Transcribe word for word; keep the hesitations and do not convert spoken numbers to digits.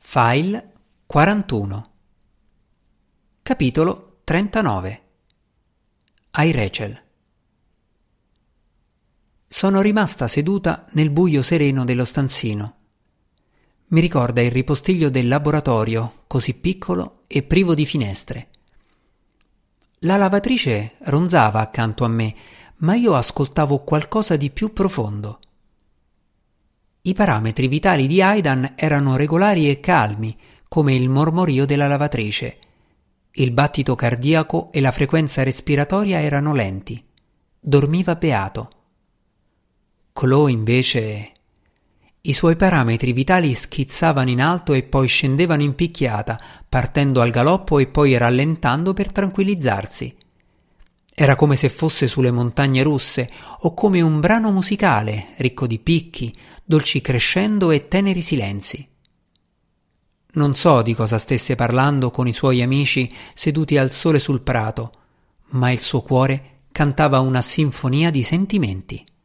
File quarantuno. Capitolo trentanove. Ai Rachel. Sono rimasta seduta nel buio sereno dello stanzino. Mi ricorda il ripostiglio del laboratorio, così piccolo e privo di finestre. La lavatrice ronzava accanto a me, ma io ascoltavo qualcosa di più profondo. I parametri vitali di Aidan erano regolari e calmi, come il mormorio della lavatrice. Il battito cardiaco e la frequenza respiratoria erano lenti. Dormiva beato. Chloe, invece... I suoi parametri vitali schizzavano in alto e poi scendevano in picchiata, partendo al galoppo e poi rallentando per tranquillizzarsi. Era come se fosse sulle montagne russe o come un brano musicale, ricco di picchi, dolci crescendo e teneri silenzi. Non so di cosa stesse parlando con i suoi amici seduti al sole sul prato, ma il suo cuore cantava una sinfonia di sentimenti.